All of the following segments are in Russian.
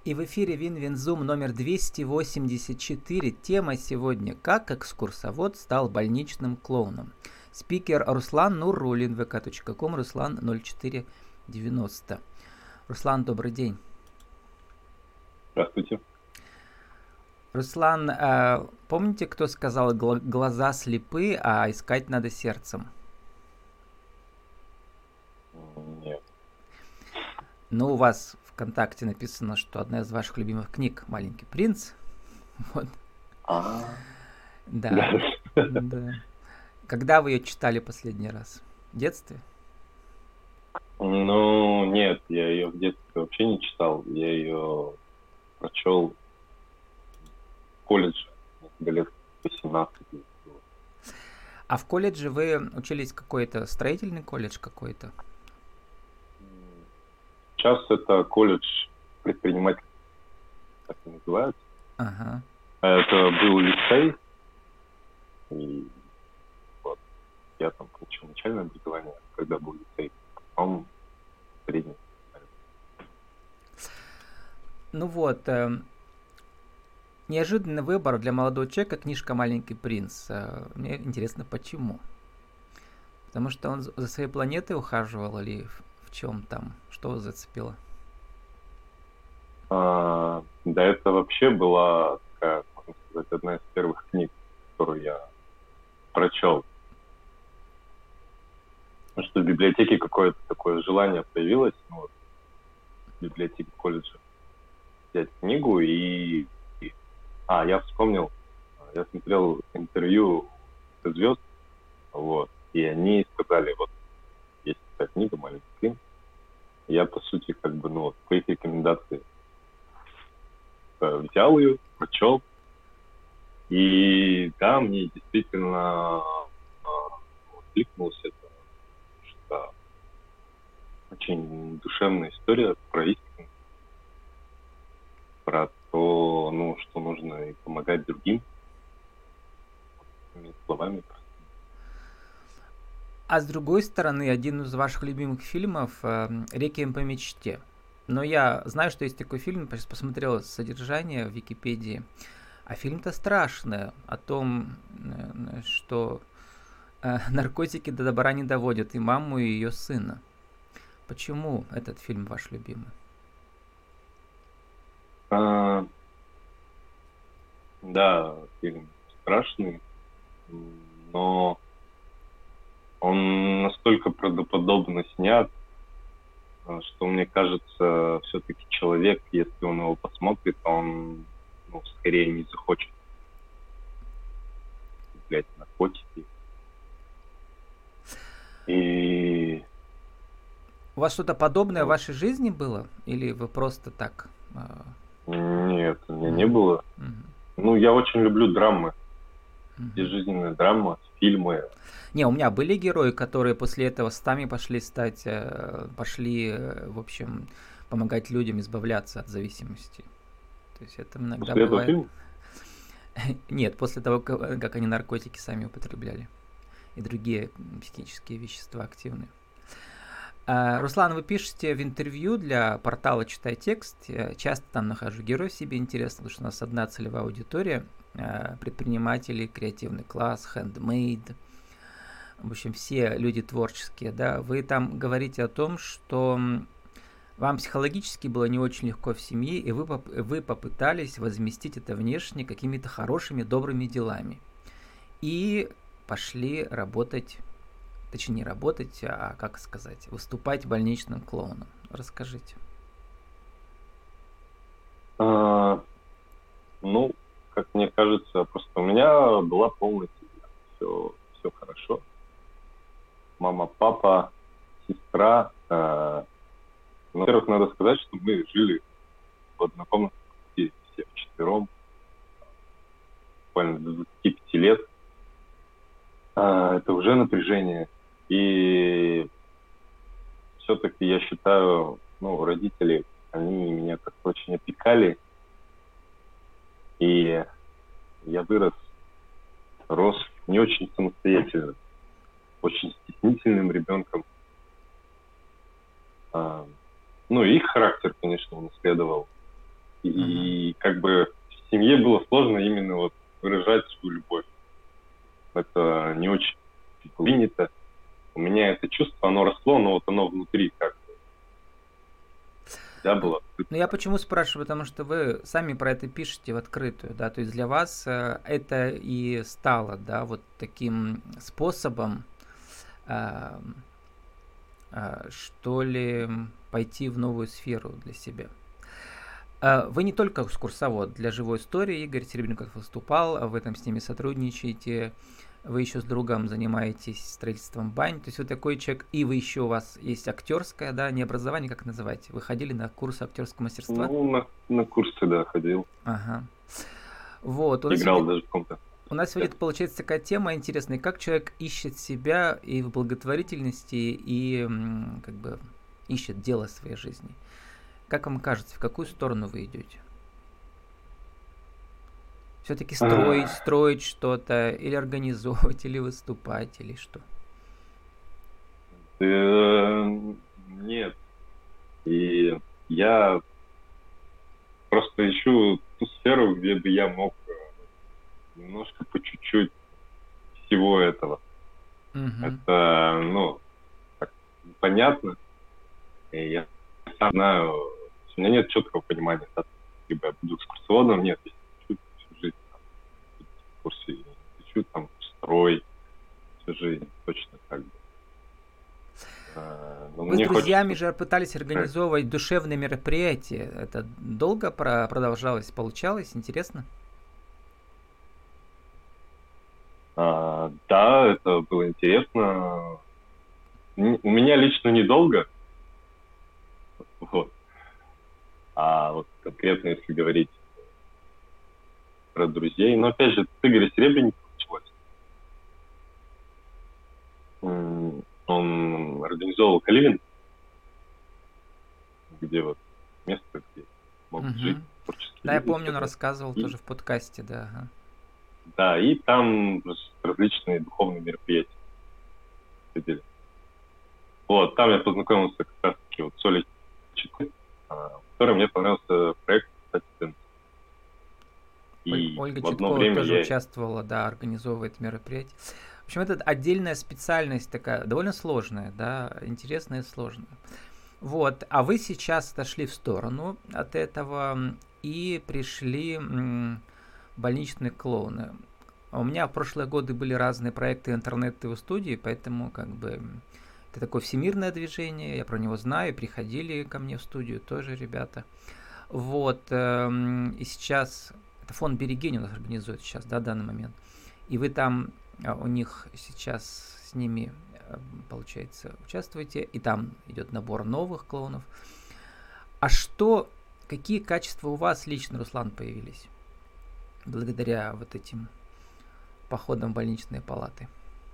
И в эфире Винвинзум номер 284. Тема сегодня «Как экскурсовод стал больничным клоуном». Спикер Руслан Нурулин, vk.com, Руслан 0490. Руслан, добрый день. Здравствуйте. Руслан, помните, кто сказал «глаза слепы, а искать надо сердцем»? Нет. Ну, у вас ВКонтакте написано, что одна из ваших любимых книг «Маленький принц». Вот. Да. Да. Когда вы ее читали последний раз? В детстве? Ну, нет, я ее в детстве вообще не читал. Я ее прочел в колледже, до лет 18 было. А в колледже вы учились какой-то, строительный колледж какой-то? Сейчас это колледж предпринимателей, так и называется. Ага. Это был лицей, и вот я там получил начальное образование, когда был лицей, потом средний. Ну вот, неожиданный выбор для молодого человека, книжка «Маленький принц». Мне интересно, почему? Потому что он за своей планетой ухаживал или в чем там? Что вас зацепило? Да, это вообще была такая, можно сказать, одна из первых книг, которую я прочел. Потому что в библиотеке какое-то такое желание появилось, ну, вот, в библиотеке колледжа взять книгу я вспомнил, я смотрел интервью звезд, вот, и они сказали, вот, есть такая книга «Маленький принц». Я, по сути, как бы, ну, по их рекомендации взял ее, прочел, и да, мне действительно откликнулось это, что очень душевная история про истину, про то, ну, что нужно и помогать другим, этими словами. А с другой стороны, один из ваших любимых фильмов «Реквием по мечте». Но я знаю, что есть такой фильм, сейчас посмотрел содержание в Википедии. А фильм-то страшный, о том, что наркотики до добра не доводят и маму, и ее сына. Почему этот фильм ваш любимый? Да, фильм страшный, но он настолько правдоподобно снят, что, мне кажется, все-таки человек, если он его посмотрит, он, ну, скорее не захочет употреблять наркотики. И У вас что-то подобное в вашей жизни было? Или вы просто так? Нет, у меня не было. Ну, я очень люблю драмы. Жизненные драмы, фильмы. Не, у меня были герои, которые после этого сами пошли, в общем, помогать людям избавляться от зависимости. То есть это иногда после бывает. Этого фильма? Нет, после того, как они наркотики сами употребляли и другие психические вещества активные. Руслан, вы пишете в интервью для портала «Читай текст». Я часто там нахожу героев себе интересно, потому что у нас одна целевая аудитория. Предприниматели, креативный класс, хендмейд. В общем, все люди творческие. Да? Вы там говорите о том, что вам психологически было не очень легко в семье, и вы попытались возместить это внешне какими-то хорошими, добрыми делами. И пошли работать, точнее не работать, а как сказать, выступать больничным клоуном. Расскажите. Ну, как мне кажется, просто у меня была полная семья. Все хорошо. Мама, папа, сестра. Во-первых, надо сказать, что мы жили в однокомнатной квартире все вчетвером, буквально до 25 лет. Это уже напряжение. И все-таки я считаю, ну, родители, они меня как-то очень опекали. И я рос не очень самостоятельным, очень стеснительным ребенком. Ну, их характер, конечно, унаследовал. И как бы в семье было сложно именно вот выражать свою любовь. Это не очень принято. У меня это чувство, оно росло, но вот оно внутри как всегда было. Ну, я почему спрашиваю? Потому что вы сами про это пишете в открытую, да, то есть для вас это и стало, да, вот таким способом, э, что ли, пойти в новую сферу для себя. Вы не только экскурсовод для живой истории, Игорь Серебренников выступал, вы там с ними сотрудничаете, вы еще с другом занимаетесь строительством бань, то есть вы такой человек, и вы еще у вас есть актерское, да, не образование, как называете? Вы ходили на курсы актерского мастерства? Ну, на курсы, да, ходил. Ага. Вот. Играл даже в каком-то. У нас сегодня получается такая тема интересная, как человек ищет себя и в благотворительности, и как бы ищет дело в своей жизни. Как вам кажется, в какую сторону вы идете? Все-таки строить что-то, или организовывать, или выступать, или что? Нет. И я просто ищу ту сферу, где бы я мог немножко по чуть-чуть всего этого. Это, ну, так, понятно. И я сам знаю, у меня нет четкого понимания, да, либо я буду экскурсоводом, нет, я хочу всю жизнь там, в курсе, хочу там строй всю жизнь, точно так же. Вы с друзьями же пытались организовывать душевные мероприятия. Это долго продолжалось, получалось? Интересно? Да, это было интересно. У меня лично недолго. Вот. А вот конкретно, если говорить про друзей, но опять же, с Игоря Серебренникова началось. Он организовал Каливин, где вот место, где могут жить творческие люди. Да, я помню, он рассказывал тоже в подкасте, да. Ага. Да, и там различные духовные мероприятия ходили. Вот, там я познакомился как раз-таки вот с Олей Читой, в которой мне понравился проект «Кстати». И Ольга Читкова тоже участвовала, да, организовывает мероприятия. В общем, это отдельная специальность такая, довольно сложная, да, интересная и сложная. Вот, а вы сейчас отошли в сторону от этого и пришли больничные клоуны. У меня в прошлые годы были разные проекты интернет-ТВ-студии, поэтому как бы это такое всемирное движение, я про него знаю, приходили ко мне в студию тоже ребята. Вот, и сейчас, это фонд Берегинь у нас организует сейчас, да, в данный момент. И вы там у них сейчас с ними, получается, участвуете, и там идет набор новых клоунов. А какие качества у вас лично, Руслан, появились благодаря вот этим походам в больничные палаты?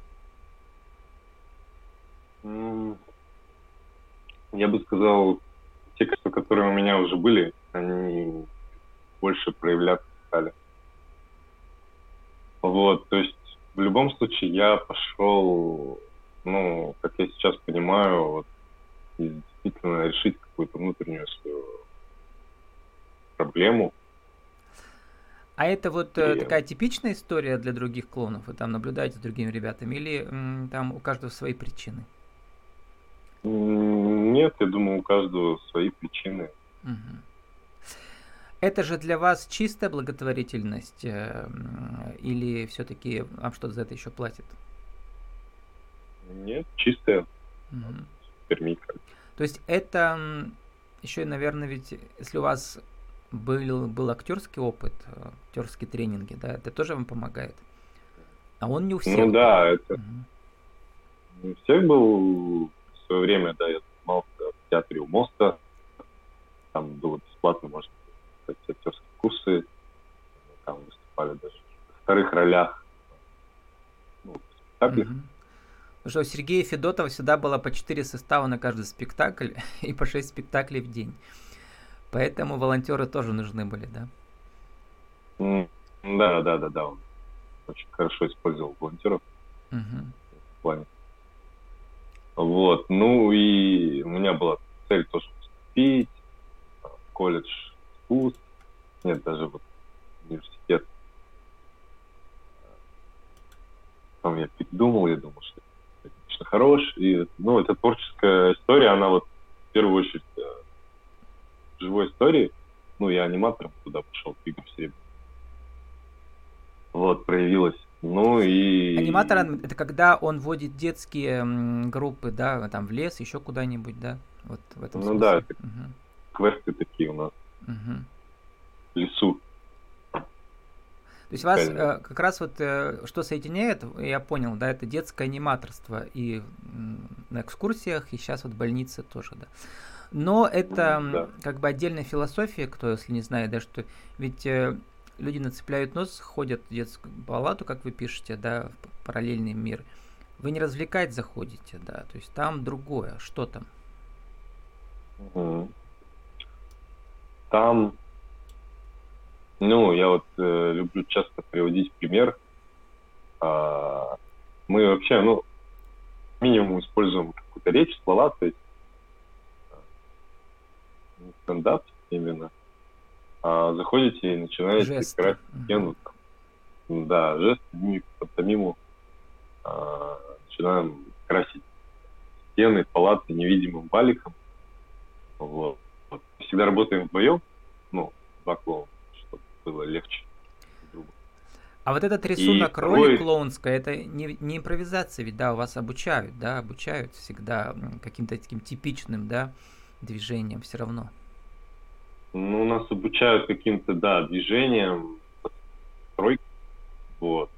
Я бы сказал, те качества, которые у меня уже были, они больше проявляться стали. Вот, то есть в любом случае я пошел, ну, как я сейчас понимаю, вот, действительно решить какую-то внутреннюю свою проблему. А это вот такая типичная история для других клоунов? Вы там наблюдаете с другими ребятами? Или там у каждого свои причины? Нет, я думаю, у каждого свои причины. Угу. Это же для вас чистая благотворительность? Или все-таки вам что-то за это еще платят? Нет, чистая. Пермика. То есть это еще, наверное, ведь если у вас был актерский опыт, актерские тренинги, да, это тоже вам помогает. А он не у всех. Ну да, это не у всех был в свое время, да, я занимался в театре у моста. Там было бесплатно, можно сказать, актерские курсы. Там выступали даже в вторых ролях. Ну, в спектаклях. Потому что у Сергея Федотова всегда было по 4 состава на каждый спектакль и по 6 спектаклей в день. Поэтому волонтеры тоже нужны были, да? Да. Он очень хорошо использовал волонтеров в плане. Вот. Ну и у меня была цель тоже поступить в колледж искусств. нет, даже вот университет. Потом я передумал, я думал, что это, конечно, хорош. И, ну, эта творческая история, она вот в первую очередь в живой истории. Ну, я аниматором туда пошел, Игорь Серебряный. Вот, проявилась. Ну Аниматор — и это когда он вводит детские группы, да, там в лес, еще куда-нибудь, да, вот в этом ну да, смысле. это Мгм. квесты такие у нас Мгм. в лесу То есть вас уникальные. как раз вот что соединяет, я понял, да, это детское аниматорство и на экскурсиях, и сейчас вот больница тоже, да. Но это Да. как бы отдельная философия, кто если не знает, да, что ведь люди нацепляют нос, ходят в детскую палату, как вы пишете, да, в параллельный мир. Вы не развлекать заходите, да, то есть там другое, что там? Мгм. Там, ну, я вот люблю часто приводить пример. А, мы вообще, ну, минимум используем какую-то речь, слова, то есть не стендап именно, а заходите и начинаете Жесты. красить Мгм. стену, там, да, жест, мимику, пантомиму, начинаем красить стены, палаты невидимым валиком. Вот. Всегда работаем вдвоем, ну, два клоуна, чтобы было легче друг другу. А вот этот И рисунок роли второй, клоунской, это не импровизация, ведь, да, у вас обучают, да, обучают всегда каким-то таким типичным, да, движением все равно. ну, нас обучают каким-то, да, движением, стройкой, вот.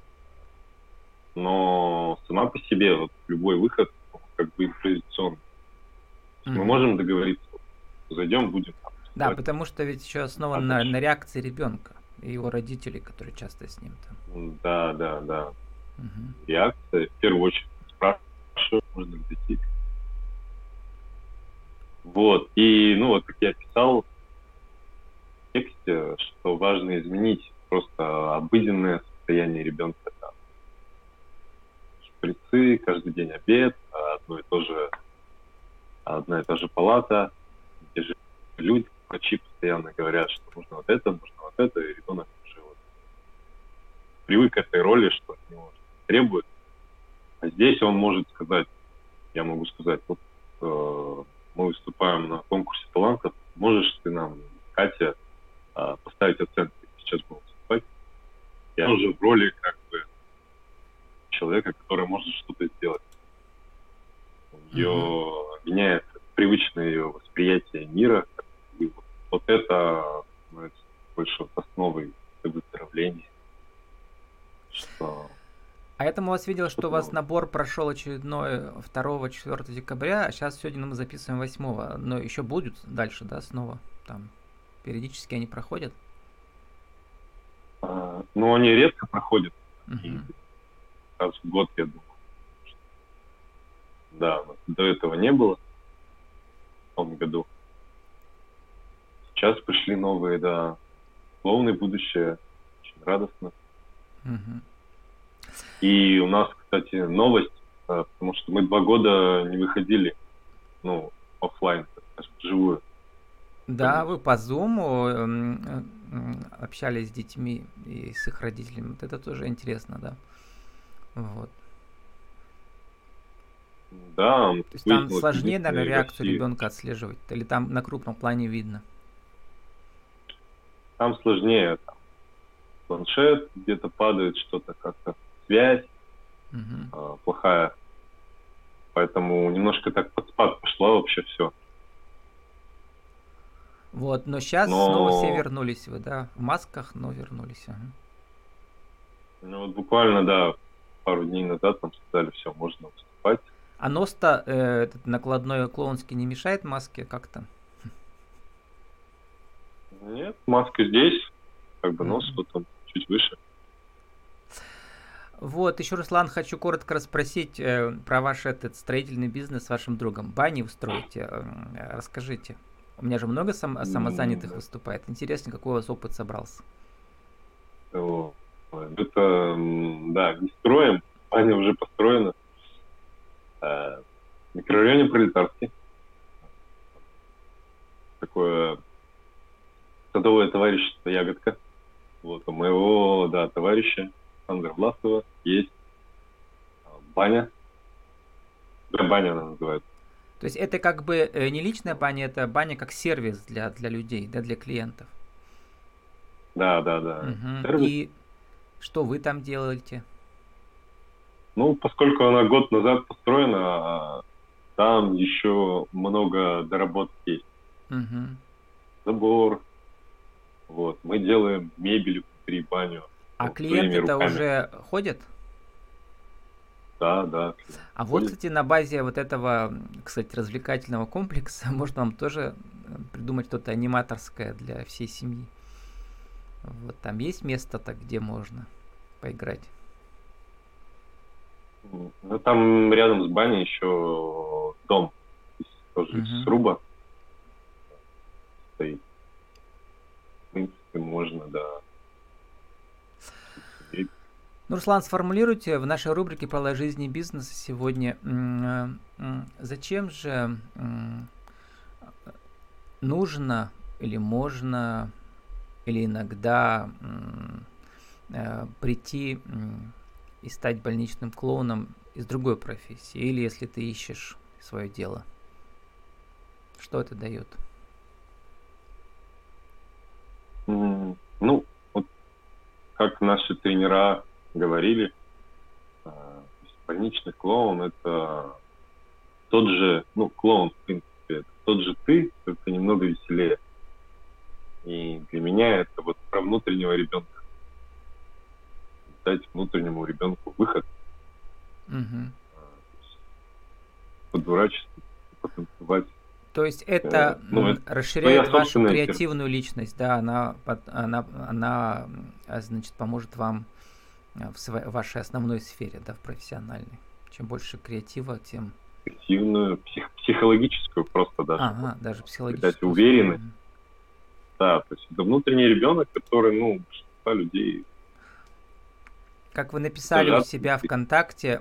Но сама по себе вот любой выход как бы импровизационный. Мы Мгм. можем договориться, зайдем, будем там Да, рисовать, потому что ведь еще а основан на дальше. реакции ребенка и его родителей, которые часто с ним там. Да, да, да. Мгм. Реакция. В первую очередь спрашиваю, можно ли зайти. Вот. И, ну, вот как я писал в тексте, что важно изменить просто обыденное состояние ребенка. Там, шприцы, каждый день обед, одна и та же палата, те же люди, врачи постоянно говорят, что нужно вот это, и ребенок уже вот привык к этой роли, что от него требует. А здесь он может сказать, я могу сказать, вот мы выступаем на конкурсе талантов, можешь ты нам, Катя, поставить оценки? Сейчас будем выступать. Я уже в роли как бы человека, который может что-то сделать. Мгм. Ее меняет привычное ее восприятие мира. И вот это становится больше вот основой выздоровления. Что, А я там у вас видел, что у что вас ну, набор прошел очередной 2-4 декабря, а сейчас сегодня мы записываем 8, но еще будут дальше, да, снова там периодически они проходят. но они редко проходят. И Мгм. раз в год, я думаю. Да, до этого не было в том году. Сейчас пришли новые, да, клоуны будущее. Очень радостно. Мгм. И у нас, кстати, новость, потому что мы 2 года не выходили, ну, офлайн, так скажем, вживую. Да, вы по Zoom общались с детьми и с их родителями. Вот это тоже интересно, да. Вот. Да, То есть там выяснилось, сложнее, наверное, единственный в реакцию России. ребенка отслеживать, или там на крупном плане видно. Там сложнее, там планшет где-то падает, что-то как-то связь Мгм. плохая, поэтому немножко так под спад пошла вообще все. Вот, но сейчас снова все Но вернулись вы, да, в масках, но вернулись. Ага. ну, вот буквально, да, пару дней назад нам сказали, все, можно выступать. А нос-то этот накладной клоунский не мешает маске как-то? Нет, маска здесь, как бы нос Мгм. вот он чуть выше. Вот, еще, Руслан, хочу коротко расспросить про ваш этот строительный бизнес с вашим другом. Бани устроите, расскажите. У меня же много самозанятых выступает. Интересно, какой у вас опыт собрался. Вот. Это, да, не строим, баня уже построена. В микрорайоне Пролетарский. Такое садовое товарищество «Ягодка». Вот, у моего, да, товарища Александра Власова есть баня. Да, баня она называется. То есть это как бы не личная баня, это баня как сервис для людей, да, для клиентов. Да. Угу. Сервис. И что вы там делаете? Ну, поскольку она год назад построена, там еще много доработок есть. Угу. Забор. Вот. Мы делаем мебель внутри баню. А вот, своими клиенты-то руками. уже ходят? Да. А вот, кстати, на базе вот этого, кстати, развлекательного комплекса можно вам тоже придумать что-то аниматорское для всей семьи. Вот там есть место-то, где можно поиграть? Ну, там рядом с баней еще дом. Тоже из сруба стоит. В принципе, можно, да. Ну, Руслан, сформулируйте в нашей рубрике «Правила жизни и бизнеса» сегодня, зачем же нужно или можно или иногда прийти и стать больничным клоуном из другой профессии, или если ты ищешь свое дело? Что это дает? Ну, вот как наши тренера говорили, больничный клоун — это тот же, клоун, в принципе, это тот же ты, только немного веселее. И для меня это вот про внутреннего ребенка. Дать внутреннему ребенку выход. Подурачиться, потанцевать. То есть это расширяет вашу креативную личность, да, она, значит, поможет вам в вашей основной сфере, да, в профессиональной. Чем больше креатива, тем... Креативную, психологическую просто даже. Ага, даже психологическую. Дать уверенность. Да, то есть это внутренний ребенок, который, большинство людей... Как вы написали у себя ВКонтакте,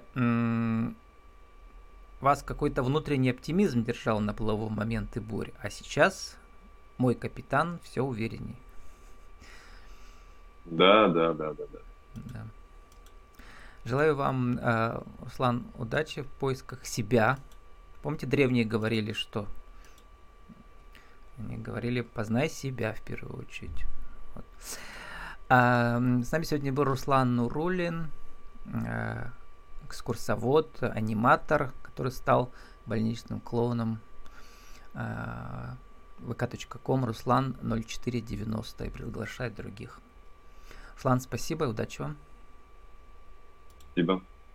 вас какой-то внутренний оптимизм держал на плаву в моменты бури, а сейчас мой капитан все уверенней. Да. Желаю вам, Руслан, удачи в поисках себя. Помните, древние говорили, что? Они говорили, познай себя в первую очередь. Вот. С нами сегодня был Руслан Нурулин, экскурсовод, аниматор, который стал больничным клоуном. vk.com Руслан 0490 и приглашает других. Руслан, спасибо и удачи вам. Спасибо.